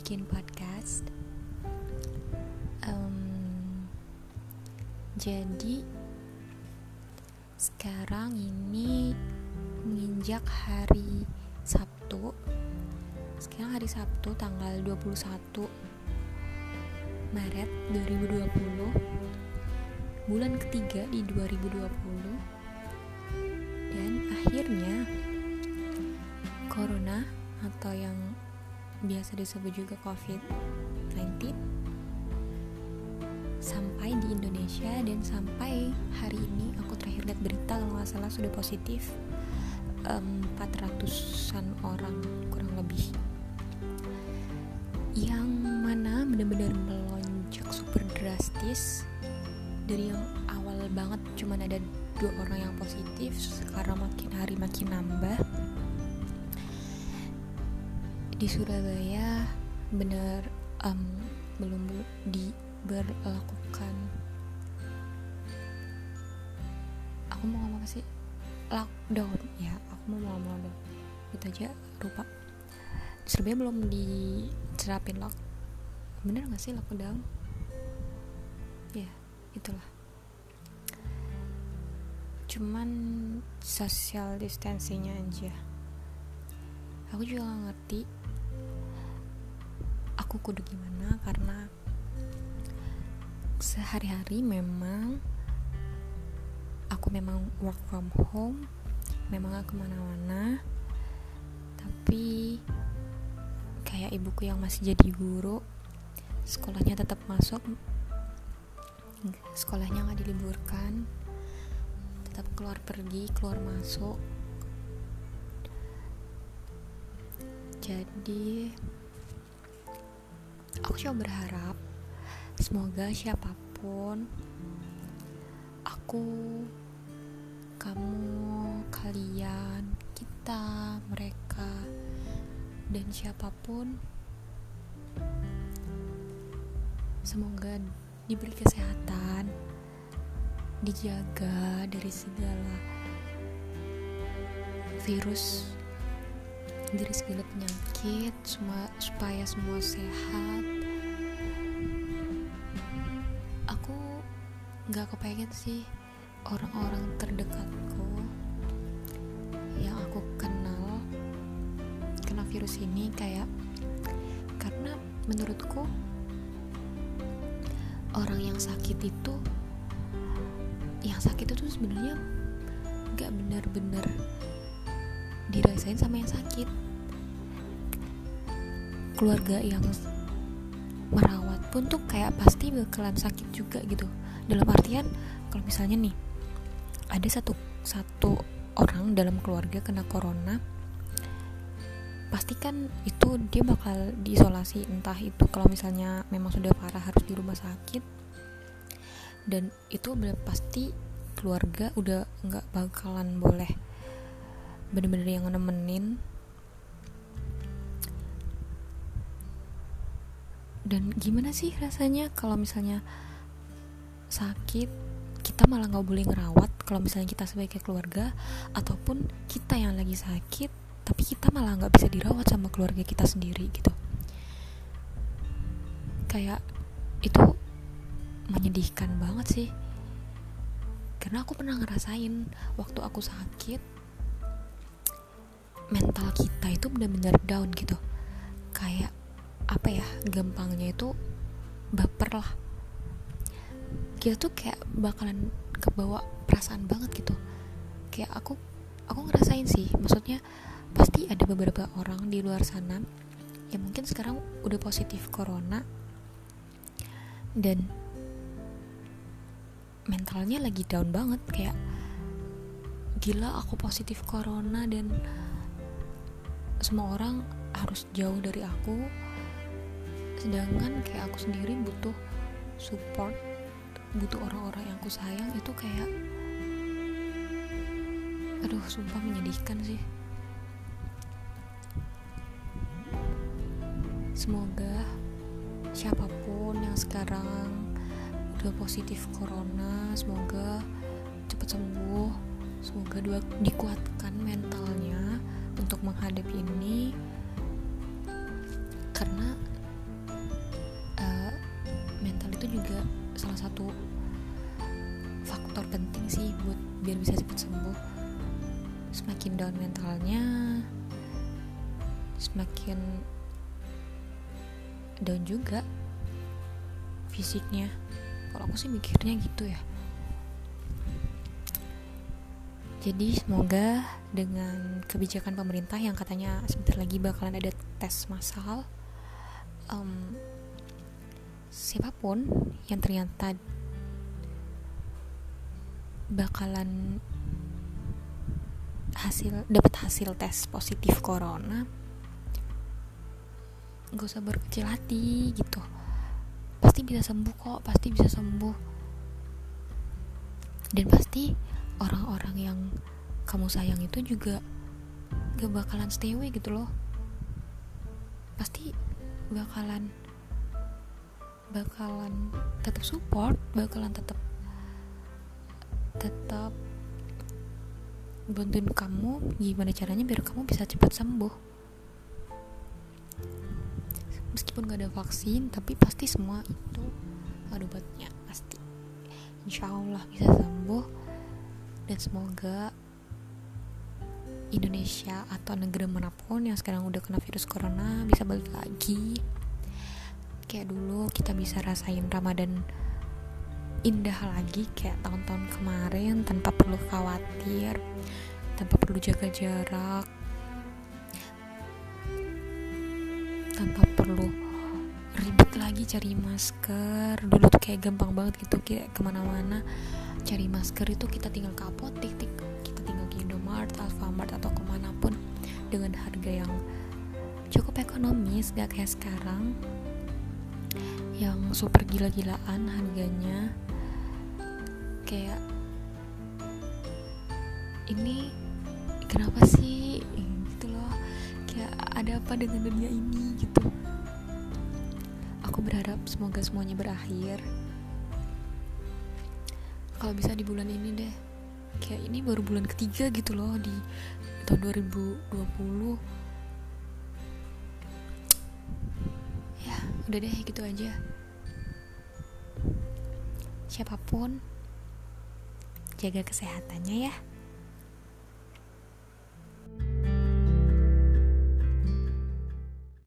bikin podcast. Jadi sekarang ini menginjak hari Sabtu. Sekarang hari Sabtu tanggal 21 Maret 2020, bulan ketiga di 2020. Dan akhirnya Corona atau yang biasa disebut juga COVID-19 sampai di Indonesia, dan sampai hari ini aku terakhir lihat berita kalau nggak salah sudah positif 400-an orang kurang lebih, yang mana benar-benar melonjak super drastis. Dari yang awal banget cuman ada 2 orang yang positif, sekarang makin hari makin nambah. Di Surabaya benar belum diberlakukan, aku mau ngomong apa sih, lockdown ya, aku mau ngomong lockdown itu aja lupa. Di Surabaya belum diterapin bener nggak sih lockdown ya, itulah, cuman social distancingnya aja. Aku juga gak ngerti aku kudu gimana, karena sehari-hari memang aku work from home, memang gak kemana-mana. Tapi kayak ibuku yang masih jadi guru, sekolahnya tetap masuk, sekolahnya gak diliburkan, tetap keluar pergi, keluar masuk. Jadi aku cuma berharap semoga siapapun, aku, kamu, kalian, kita, mereka, dan siapapun, semoga diberi kesehatan, dijaga dari segala virus, dari segala penyakit, supaya semua sehat. Aku gak kepengen sih orang-orang terdekatku yang aku kenal kena virus ini, karena menurutku orang yang sakit itu sebenarnya gak benar-benar dirasain sama yang sakit. Keluarga yang merawat pun tuh kayak pasti bakalan sakit juga gitu. Dalam artian, kalau misalnya nih ada satu orang dalam keluarga kena corona, pastikan itu dia bakal diisolasi. Entah itu kalau misalnya memang sudah parah harus di rumah sakit, dan itu udah pasti keluarga udah nggak bakalan boleh bener-bener yang nemenin. Dan gimana sih rasanya kalau misalnya sakit, kita malah gak boleh ngerawat kalau misalnya kita sebagai keluarga, ataupun kita yang lagi sakit tapi kita malah gak bisa dirawat sama keluarga kita sendiri gitu. Kayak itu menyedihkan banget sih, karena aku pernah ngerasain waktu aku sakit, mental kita itu benar-benar down gitu. Kayak apa ya, gampangnya itu baper lah. Kita tuh kayak bakalan kebawa perasaan banget gitu. Kayak aku ngerasain sih, maksudnya pasti ada beberapa orang di luar sana yang mungkin sekarang udah positif corona dan mentalnya lagi down banget. Kayak gila, aku positif corona dan semua orang harus jauh dari aku, sedangkan kayak aku sendiri butuh support, butuh orang-orang yang aku sayang. Itu kayak aduh, sumpah menyedihkan sih. Semoga siapapun yang sekarang udah positif corona, semoga cepat sembuh, semoga dikuatkan mentalnya untuk menghadapi ini, karena salah satu faktor penting sih buat biar bisa cepat sembuh. Semakin down mentalnya, semakin down juga fisiknya. Kalau aku sih mikirnya gitu ya. Jadi semoga dengan kebijakan pemerintah yang katanya sebentar lagi bakalan ada tes massal, siapapun yang ternyata bakalan dapat hasil tes positif corona, gak usah berkecil hati gitu. Pasti bisa sembuh kok, pasti bisa sembuh. Dan pasti orang-orang yang kamu sayang itu juga gak bakalan stay away gitu loh. Pasti bakalan tetap support, bakalan tetap bantuin kamu gimana caranya biar kamu bisa cepat sembuh. Meskipun gak ada vaksin, tapi pasti semua itu ada obatnya, pasti. Insya Allah bisa sembuh. Dan semoga Indonesia atau negara manapun yang sekarang udah kena virus corona bisa balik lagi kayak dulu, kita bisa rasain Ramadan indah lagi kayak tahun-tahun kemarin, tanpa perlu khawatir, tanpa perlu jaga jarak, tanpa perlu ribet lagi cari masker. Dulu tuh kayak gampang banget gitu, kayak kemana-mana cari masker itu kita tinggal ke apotek, kita tinggal ke Indomaret, Alfamart atau kemanapun dengan harga yang cukup ekonomis, gak kayak sekarang yang super gila-gilaan harganya. Kayak ini kenapa sih gitu loh, kayak ada apa dengan dunia ini gitu. Aku berharap semoga semuanya berakhir. Kalau bisa di bulan ini deh. Kayak ini baru bulan ketiga gitu loh di tahun 2020. Ya udah deh, gitu aja. Siapapun, jaga kesehatannya ya.